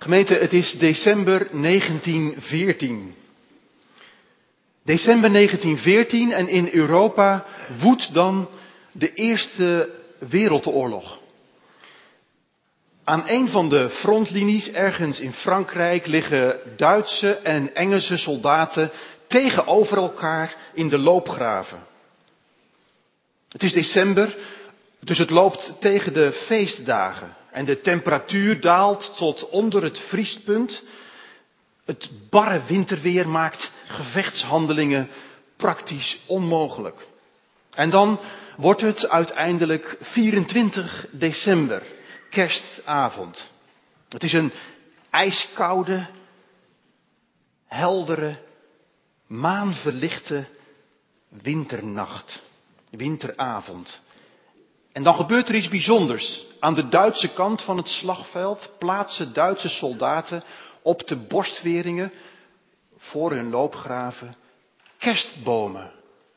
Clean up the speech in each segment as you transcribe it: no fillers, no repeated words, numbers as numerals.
Gemeente, het is december 1914. December 1914 en in Europa woedt dan de Eerste Wereldoorlog. Aan een van de frontlinies ergens in Frankrijk liggen Duitse en Engelse soldaten tegenover elkaar in de loopgraven. Het is december, dus het loopt tegen de feestdagen. En de temperatuur daalt tot onder het vriespunt. Het barre winterweer maakt gevechtshandelingen praktisch onmogelijk. En dan wordt het uiteindelijk 24 december, kerstavond. Het is een ijskoude, heldere, maanverlichte winternacht, winteravond. En dan gebeurt er iets bijzonders. Aan de Duitse kant van het slagveld plaatsen Duitse soldaten op de borstweringen voor hun loopgraven kerstbomen.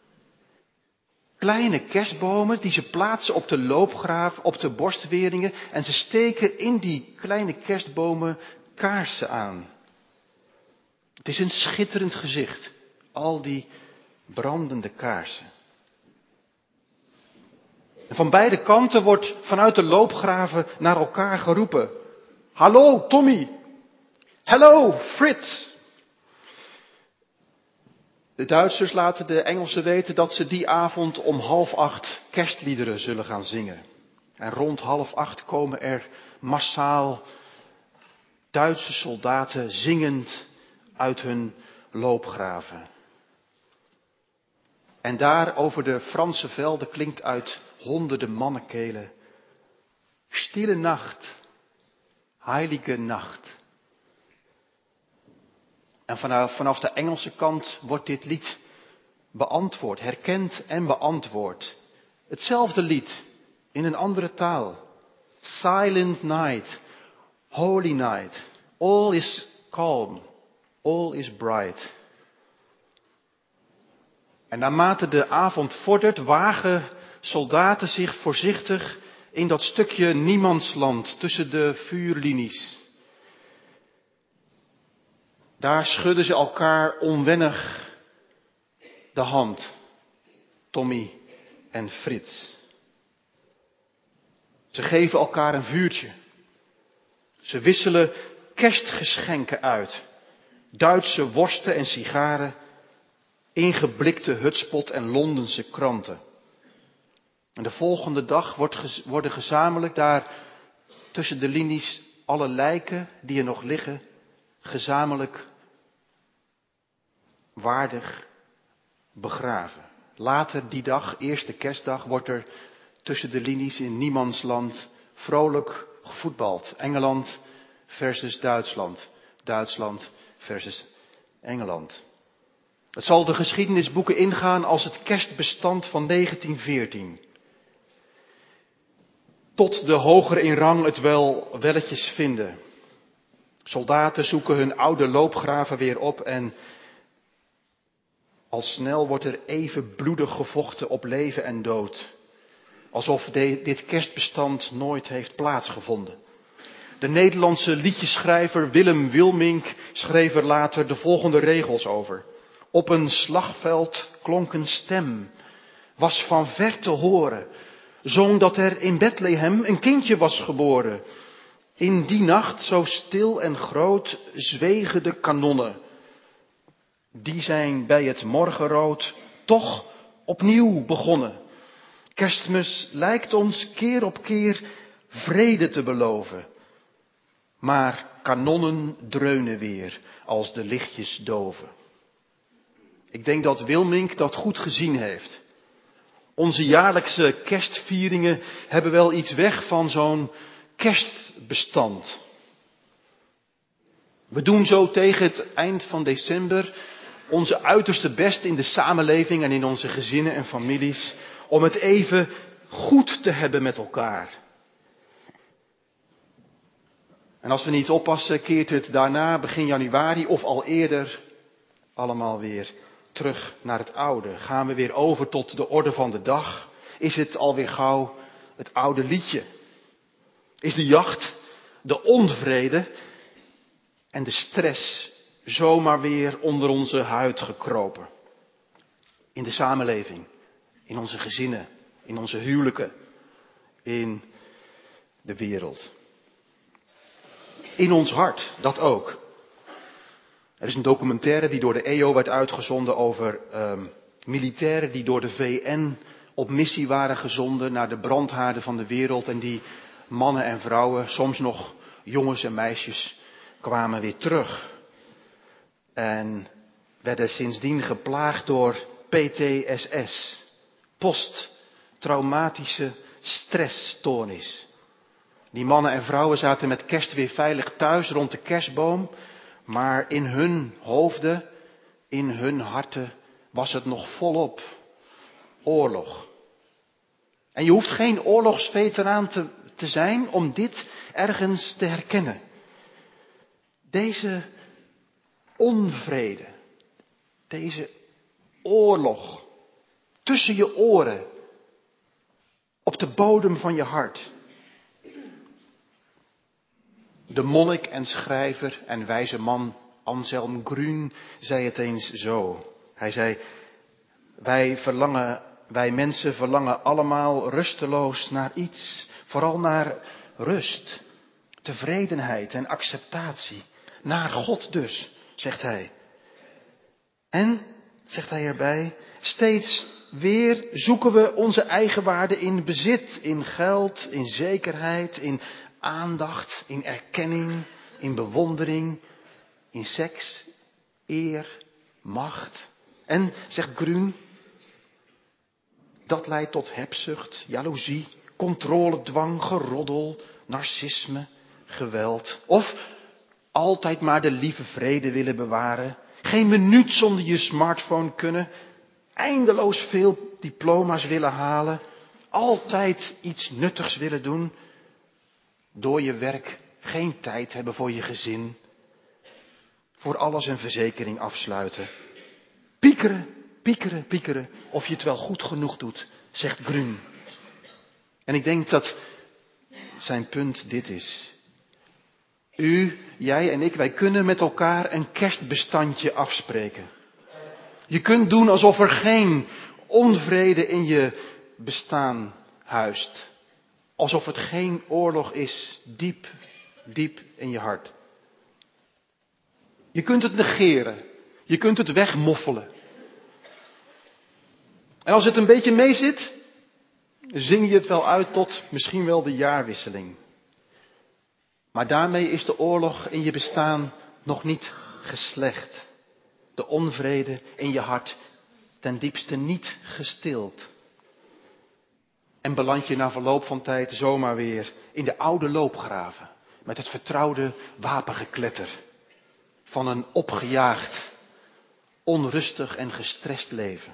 Kleine kerstbomen die ze plaatsen op de loopgraven, op de borstweringen. En ze steken in die kleine kerstbomen kaarsen aan. Het is een schitterend gezicht. Al die brandende kaarsen. En van beide kanten wordt vanuit de loopgraven naar elkaar geroepen. Hallo Tommy. Hallo Frits. De Duitsers laten de Engelsen weten dat ze die avond om 7:30 kerstliederen zullen gaan zingen. En rond 7:30 komen er massaal Duitse soldaten zingend uit hun loopgraven. En daar over de Franse velden klinkt uit honderden mannenkelen: Stille Nacht, heilige Nacht. En vanaf de Engelse kant wordt dit lied beantwoord, herkend en beantwoord. Hetzelfde lied, in een andere taal. Silent night, holy night, all is calm, all is bright. En naarmate de avond vordert, wagen soldaten zich voorzichtig in dat stukje niemandsland tussen de vuurlinies. Daar schudden ze elkaar onwennig de hand, Tommy en Frits. Ze geven elkaar een vuurtje. Ze wisselen kerstgeschenken uit. Duitse worsten en sigaren, ingeblikte hutspot en Londense kranten. En de volgende dag worden gezamenlijk daar tussen de linies alle lijken die er nog liggen, gezamenlijk waardig begraven. Later die dag, eerste kerstdag, wordt er tussen de linies in niemandsland vrolijk gevoetbald. Engeland versus Duitsland. Duitsland versus Engeland. Het zal de geschiedenisboeken ingaan als het kerstbestand van 1914. Tot de hoger in rang het wel welletjes vinden. Soldaten zoeken hun oude loopgraven weer op en al snel wordt er even bloedig gevochten op leven en dood. Alsof dit kerstbestand nooit heeft plaatsgevonden. De Nederlandse liedjeschrijver Willem Wilmink schreef er later de volgende regels over. Op een slagveld klonk een stem, was van ver te horen, zong dat er in Bethlehem een kindje was geboren. In die nacht, zo stil en groot, zwegen de kanonnen. Die zijn bij het morgenrood toch opnieuw begonnen. Kerstmis lijkt ons keer op keer vrede te beloven. Maar kanonnen dreunen weer als de lichtjes doven. Ik denk dat Wilmink dat goed gezien heeft. Onze jaarlijkse kerstvieringen hebben wel iets weg van zo'n kerstbestand. We doen zo tegen het eind van december onze uiterste best in de samenleving en in onze gezinnen en families om het even goed te hebben met elkaar. En als we niet oppassen, keert het daarna, begin januari of al eerder, allemaal weer terug naar het oude. Gaan we weer over tot de orde van de dag? Is het alweer gauw het oude liedje? Is de jacht, de onvrede, en de stress zomaar weer onder onze huid gekropen. In de samenleving, in onze gezinnen, in onze huwelijken, in de wereld. In ons hart, dat ook. Er is een documentaire die door de EO werd uitgezonden over militairen die door de VN op missie waren gezonden naar de brandhaarden van de wereld. En die mannen en vrouwen, soms nog jongens en meisjes, kwamen weer terug. En werden sindsdien geplaagd door PTSS, posttraumatische stressstoornis. Die mannen en vrouwen zaten met kerst weer veilig thuis rond de kerstboom. Maar in hun hoofden, in hun harten was het nog volop oorlog. En je hoeft geen oorlogsveteraan te zijn om dit ergens te herkennen. Deze onvrede, deze oorlog tussen je oren, op de bodem van je hart. De monnik en schrijver en wijze man Anselm Grün zei het eens zo. Hij zei, wij mensen verlangen allemaal rusteloos naar iets. Vooral naar rust, tevredenheid en acceptatie. Naar God dus, zegt hij. En, zegt hij erbij, steeds weer zoeken we onze eigenwaarde in bezit, in geld, in zekerheid, in aandacht, in erkenning, in bewondering, in seks, eer, macht. En, zegt Grün, dat leidt tot hebzucht, jaloezie, controledwang, geroddel, narcisme, geweld. Of altijd maar de lieve vrede willen bewaren, geen minuut zonder je smartphone kunnen, eindeloos veel diploma's willen halen, altijd iets nuttigs willen doen, door je werk geen tijd hebben voor je gezin, voor alles een verzekering afsluiten. Piekeren, piekeren, piekeren of je het wel goed genoeg doet, zegt Grün. En ik denk dat zijn punt dit is. U, jij en ik, wij kunnen met elkaar een kerstbestandje afspreken. Je kunt doen alsof er geen onvrede in je bestaan huist. Alsof het geen oorlog is, diep, diep in je hart. Je kunt het negeren. Je kunt het wegmoffelen. En als het een beetje meezit, zing je het wel uit tot misschien wel de jaarwisseling. Maar daarmee is de oorlog in je bestaan nog niet geslecht. De onvrede in je hart ten diepste niet gestild. En beland je na verloop van tijd zomaar weer in de oude loopgraven. Met het vertrouwde wapengekletter van een opgejaagd, onrustig en gestrest leven.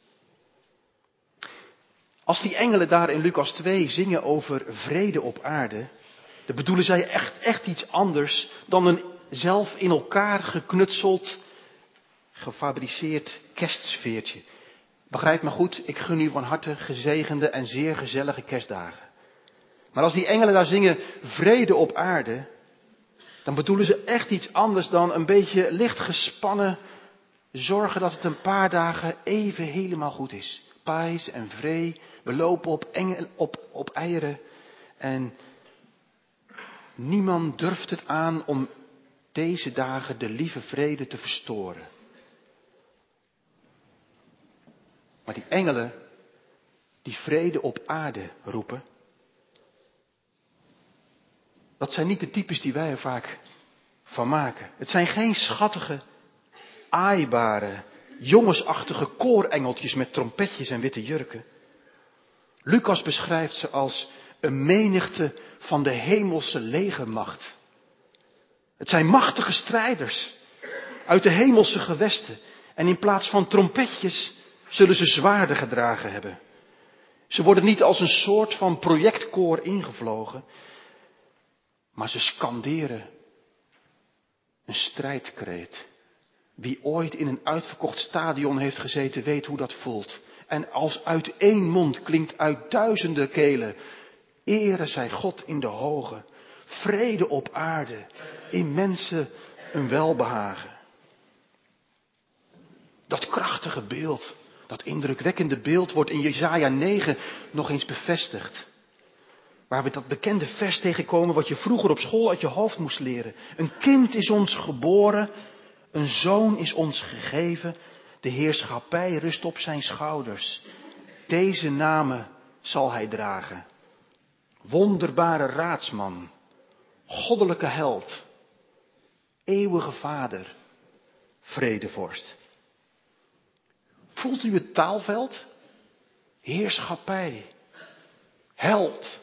Als die engelen daar in Lucas 2 zingen over vrede op aarde, dan bedoelen zij echt iets anders dan een zelf in elkaar geknutseld, gefabriceerd kerstsfeertje. Begrijp me goed, ik gun u van harte gezegende en zeer gezellige kerstdagen. Maar als die engelen daar zingen vrede op aarde, dan bedoelen ze echt iets anders dan een beetje licht gespannen zorgen dat het een paar dagen even helemaal goed is. Pais en vree, we lopen op eieren en niemand durft het aan om deze dagen de lieve vrede te verstoren. Maar die engelen die vrede op aarde roepen, dat zijn niet de types die wij er vaak van maken. Het zijn geen schattige, aaibare, jongensachtige koorengeltjes met trompetjes en witte jurken. Lucas beschrijft ze als een menigte van de hemelse legermacht. Het zijn machtige strijders uit de hemelse gewesten. En in plaats van trompetjes zullen ze zwaarden gedragen hebben. Ze worden niet als een soort van projectkoor ingevlogen, maar ze skanderen een strijdkreet. Wie ooit in een uitverkocht stadion heeft gezeten, weet hoe dat voelt. En als uit één mond klinkt uit duizenden kelen: Ere zij God in de hoge, vrede op aarde, in mensen een welbehagen. Dat krachtige beeld, dat indrukwekkende beeld wordt in Jesaja 9 nog eens bevestigd. Waar we dat bekende vers tegenkomen wat je vroeger op school uit je hoofd moest leren. Een kind is ons geboren, een zoon is ons gegeven, de heerschappij rust op zijn schouders. Deze namen zal hij dragen. Wonderbare raadsman, goddelijke held, eeuwige vader, vredevorst. Voelt u het taalveld? Heerschappij, held,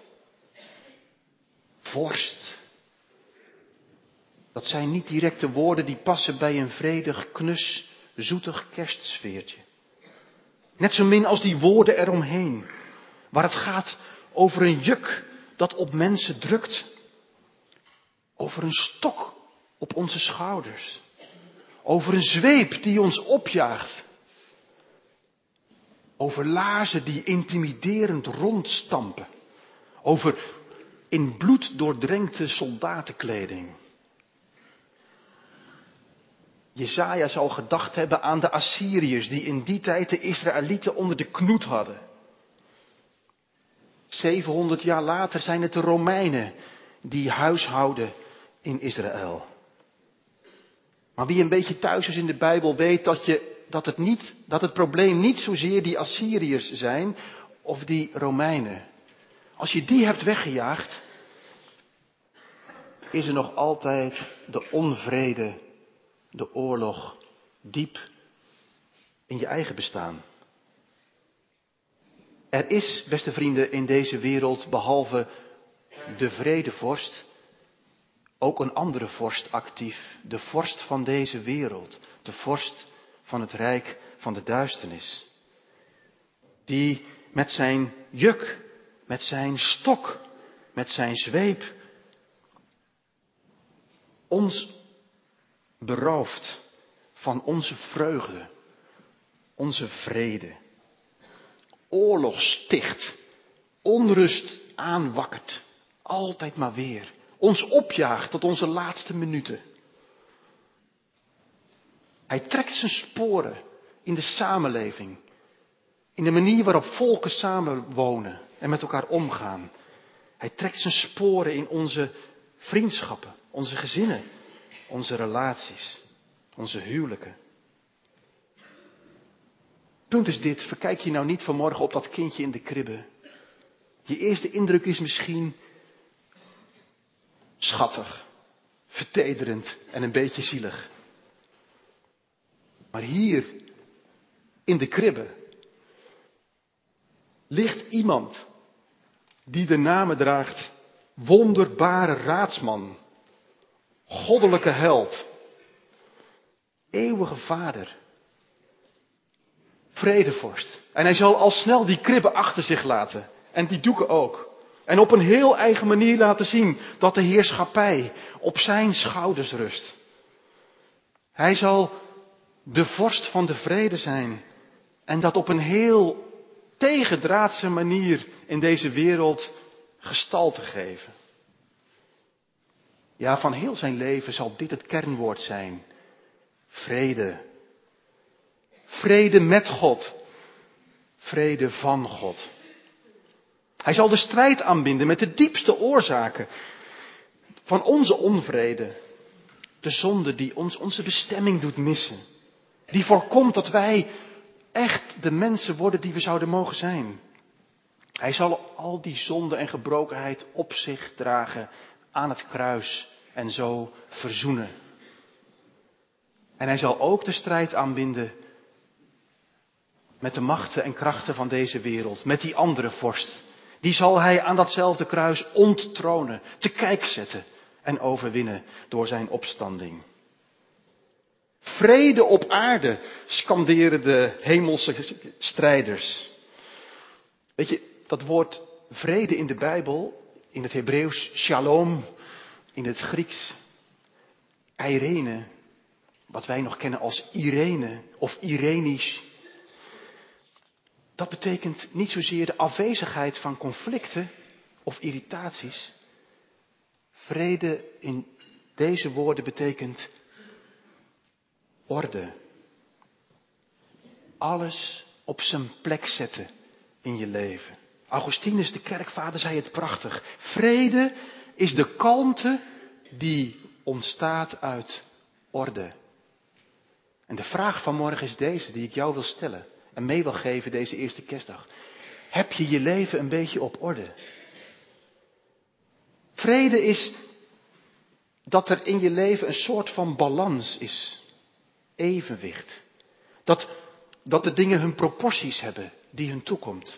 vorst. Dat zijn niet directe woorden die passen bij een vredig, knus, zoetig kerstsfeertje. Net zo min als die woorden eromheen, waar het gaat over een juk dat op mensen drukt. Over een stok op onze schouders. Over een zweep die ons opjaagt. Over laarzen die intimiderend rondstampen. Over in bloed doordrenkte soldatenkleding. Jesaja zal gedacht hebben aan de Assyriërs die in die tijd de Israëlieten onder de knoet hadden. 700 jaar later zijn het de Romeinen die huishouden in Israël. Maar wie een beetje thuis is in de Bijbel weet dat het probleem niet zozeer die Assyriërs zijn of die Romeinen. Als je die hebt weggejaagd, is er nog altijd de onvrede, de oorlog, diep in je eigen bestaan. Er is, beste vrienden, in deze wereld, behalve de vredevorst, ook een andere vorst actief. De vorst van deze wereld. De vorst van het rijk van de duisternis. Die met zijn juk, met zijn stok, met zijn zweep ons berooft van onze vreugde, onze vrede. Oorlog sticht, onrust aanwakkert, altijd maar weer. Ons opjaagt tot onze laatste minuten. Hij trekt zijn sporen in de samenleving. In de manier waarop volken samenwonen en met elkaar omgaan. Hij trekt zijn sporen in onze vriendschappen, onze gezinnen, onze relaties, onze huwelijken. Punt is dit, verkijk je nou niet vanmorgen op dat kindje in de kribbe. Je eerste indruk is misschien schattig, vertederend en een beetje zielig. Maar hier, in de kribbe, ligt iemand die de namen draagt: wonderbare raadsman, goddelijke held, eeuwige vader, vredevorst. En hij zal al snel die kribbe achter zich laten. En die doeken ook. En op een heel eigen manier laten zien dat de heerschappij op zijn schouders rust. Hij zal de vorst van de vrede zijn. En dat op een heel tegendraadse manier in deze wereld gestalte geven. Ja, van heel zijn leven zal dit het kernwoord zijn. Vrede. Vrede met God. Vrede van God. Hij zal de strijd aanbinden met de diepste oorzaken van onze onvrede. De zonde die ons onze bestemming doet missen. Die voorkomt dat wij echt de mensen worden die we zouden mogen zijn. Hij zal al die zonde en gebrokenheid op zich dragen aan het kruis en zo verzoenen. En hij zal ook de strijd aanbinden met de machten en krachten van deze wereld, met die andere vorst. Die zal hij aan datzelfde kruis onttronen, te kijk zetten en overwinnen door zijn opstanding. Vrede op aarde, skanderen de hemelse strijders. Weet je, dat woord vrede in de Bijbel, in het Hebreeuws shalom, in het Grieks eirene, wat wij nog kennen als Irene of Irenisch. Dat betekent niet zozeer de afwezigheid van conflicten of irritaties. Vrede in deze woorden betekent orde. Alles op zijn plek zetten in je leven. Augustinus, de kerkvader, zei het prachtig. Vrede is de kalmte die ontstaat uit orde. En de vraag van morgen is deze, die ik jou wil stellen en mee wil geven deze eerste kerstdag. Heb je je leven een beetje op orde? Vrede is dat er in je leven een soort van balans is. Evenwicht. Dat de dingen hun proporties hebben die hun toekomt.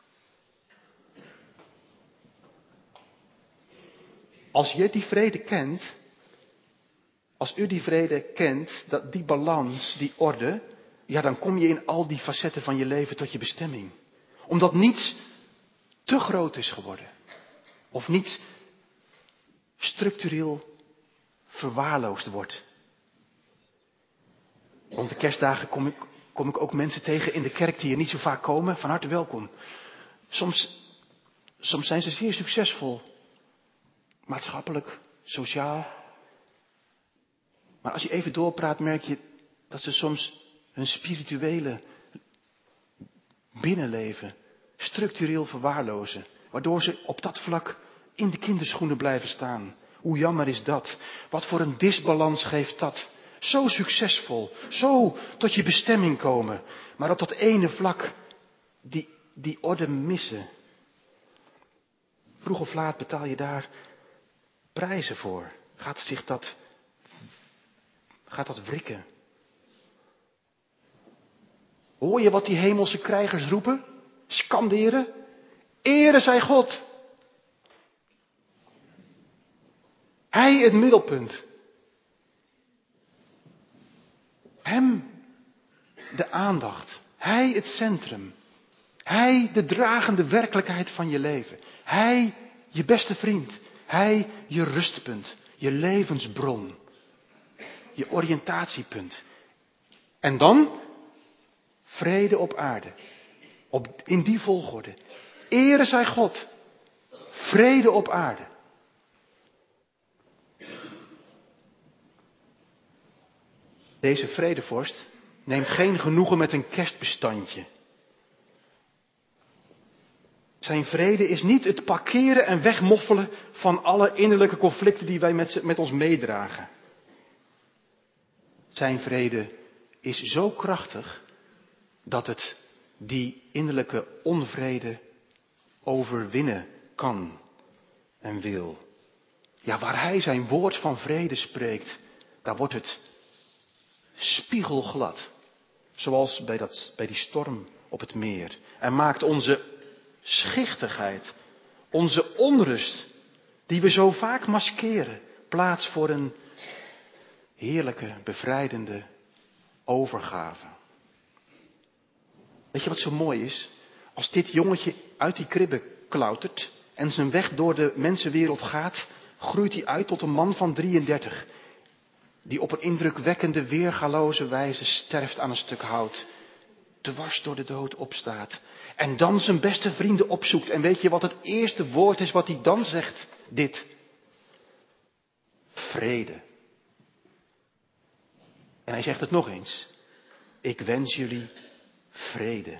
Als je die vrede kent, als u die vrede kent, dat die balans, die orde, ja, dan kom je in al die facetten van je leven tot je bestemming. Omdat niets te groot is geworden. Of niets structureel verwaarloosd wordt. Rond de kerstdagen kom ik ook mensen tegen in de kerk die hier niet zo vaak komen. Van harte welkom. Soms zijn ze zeer succesvol. Maatschappelijk, sociaal. Maar als je even doorpraat, merk je dat ze soms hun spirituele binnenleven structureel verwaarlozen. Waardoor ze op dat vlak in de kinderschoenen blijven staan. Hoe jammer is dat? Wat voor een disbalans geeft dat? Zo succesvol, zo tot je bestemming komen. Maar op dat ene vlak die orde missen. Vroeg of laat betaal je daar prijzen voor. Gaat dat wrikken? Hoor je wat die hemelse krijgers roepen? Skanderen? Ere zij God. Hij het middelpunt. Hem de aandacht. Hij het centrum. Hij de dragende werkelijkheid van je leven. Hij je beste vriend. Hij je rustpunt. Je levensbron. Je oriëntatiepunt. En dan vrede op aarde. In die volgorde. Ere zij God. Vrede op aarde. Deze vredevorst neemt geen genoegen met een kerstbestandje. Zijn vrede is niet het parkeren en wegmoffelen van alle innerlijke conflicten die wij met ons meedragen. Zijn vrede is zo krachtig dat het die innerlijke onvrede overwinnen kan en wil. Ja, waar hij zijn woord van vrede spreekt, daar wordt het spiegelglad. Zoals bij die storm op het meer. En maakt onze schichtigheid, onze onrust, die we zo vaak maskeren, plaats voor een heerlijke, bevrijdende overgave. Weet je wat zo mooi is? Als dit jongetje uit die kribbe klautert en zijn weg door de mensenwereld gaat, groeit hij uit tot een man van 33. Die op een indrukwekkende, weergaloze wijze sterft aan een stuk hout. Dwars door de dood opstaat. En dan zijn beste vrienden opzoekt. En weet je wat het eerste woord is wat hij dan zegt? Dit. Vrede. En hij zegt het nog eens. Ik wens jullie vrede.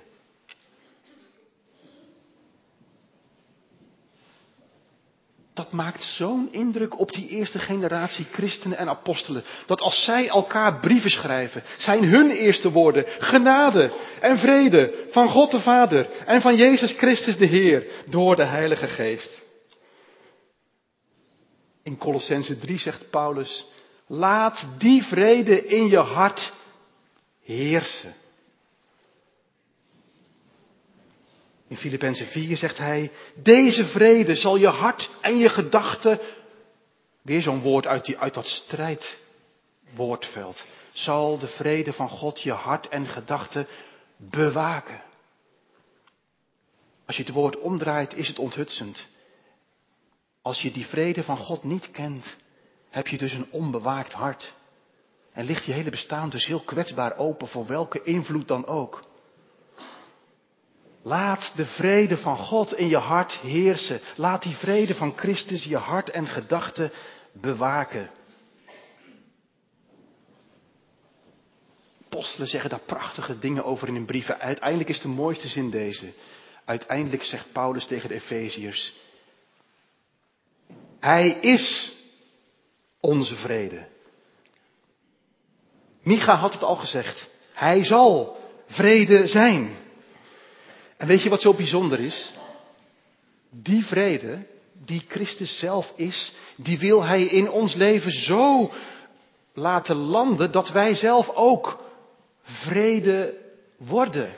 Dat maakt zo'n indruk op die eerste generatie christenen en apostelen. Dat als zij elkaar brieven schrijven, zijn hun eerste woorden genade en vrede van God de Vader en van Jezus Christus de Heer door de Heilige Geest. In Kolossenzen 3 zegt Paulus, laat die vrede in je hart heersen. In Filippenzen 4 zegt hij, deze vrede zal je hart en je gedachten, weer zo'n woord uit dat strijdwoordveld, zal de vrede van God je hart en gedachten bewaken. Als je het woord omdraait, is het onthutsend. Als je die vrede van God niet kent, heb je dus een onbewaakt hart. En ligt je hele bestaan dus heel kwetsbaar open voor welke invloed dan ook. Laat de vrede van God in je hart heersen. Laat die vrede van Christus je hart en gedachten bewaken. apostelen zeggen daar prachtige dingen over in hun brieven. Uiteindelijk is de mooiste zin deze. Uiteindelijk zegt Paulus tegen de Efeziërs: Hij is onze vrede. Micha had het al gezegd. Hij zal vrede zijn. En weet je wat zo bijzonder is? Die vrede die Christus zelf is, die wil hij in ons leven zo laten landen dat wij zelf ook vrede worden.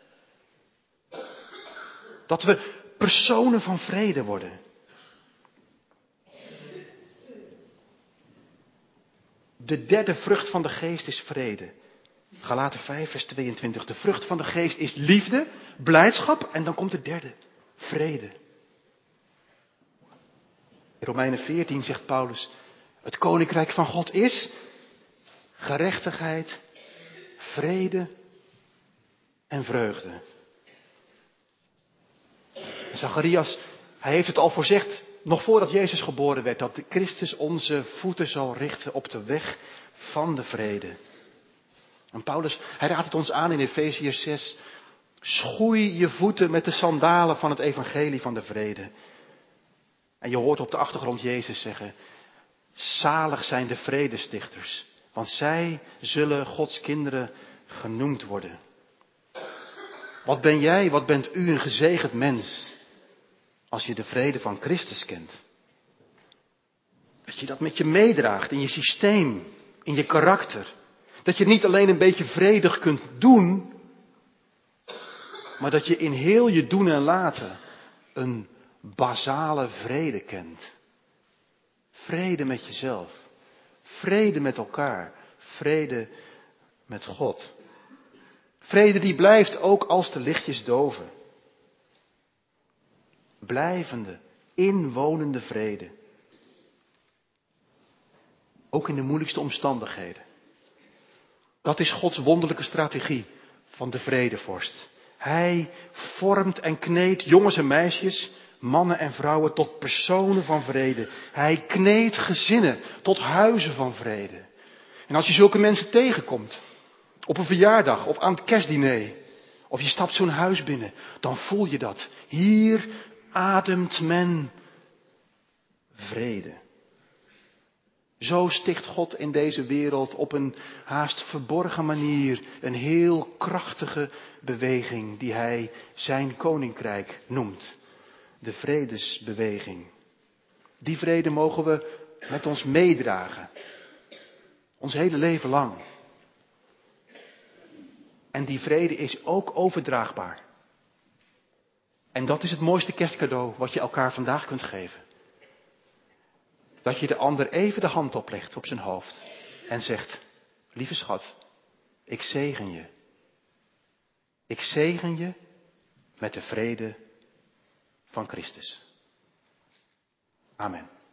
Dat we personen van vrede worden. De derde vrucht van de geest is vrede. Galaten 5 vers 22. De vrucht van de geest is liefde, blijdschap en dan komt de derde, vrede. In Romeinen 14 zegt Paulus: het koninkrijk van God is gerechtigheid, vrede en vreugde. Zacharias, hij heeft het al voorzegd, nog voordat Jezus geboren werd, dat de Christus onze voeten zal richten op de weg van de vrede. En Paulus, hij raadt het ons aan in Efeziërs 6. Schoei je voeten met de sandalen van het evangelie van de vrede. En je hoort op de achtergrond Jezus zeggen: zalig zijn de vredestichters, want zij zullen Gods kinderen genoemd worden. Wat ben jij, wat bent u een gezegend mens, als je de vrede van Christus kent. Dat je dat met je meedraagt in je systeem, in je karakter. Dat je niet alleen een beetje vredig kunt doen, maar dat je in heel je doen en laten een basale vrede kent. Vrede met jezelf. Vrede met elkaar. Vrede met God. Vrede die blijft ook als de lichtjes doven. Blijvende, inwonende vrede. Ook in de moeilijkste omstandigheden. Dat is Gods wonderlijke strategie van de vredevorst. Hij vormt en kneedt jongens en meisjes, mannen en vrouwen tot personen van vrede. Hij kneedt gezinnen tot huizen van vrede. En als je zulke mensen tegenkomt, op een verjaardag of aan het kerstdiner, of je stapt zo'n huis binnen, dan voel je dat. Hier ademt men vrede. Zo sticht God in deze wereld op een haast verborgen manier een heel krachtige beweging die hij zijn koninkrijk noemt. De vredesbeweging. Die vrede mogen we met ons meedragen. Ons hele leven lang. En die vrede is ook overdraagbaar. En dat is het mooiste kerstcadeau wat je elkaar vandaag kunt geven. Dat je de ander even de hand oplegt op zijn hoofd en zegt: lieve schat, ik zegen je. Ik zegen je met de vrede van Christus. Amen.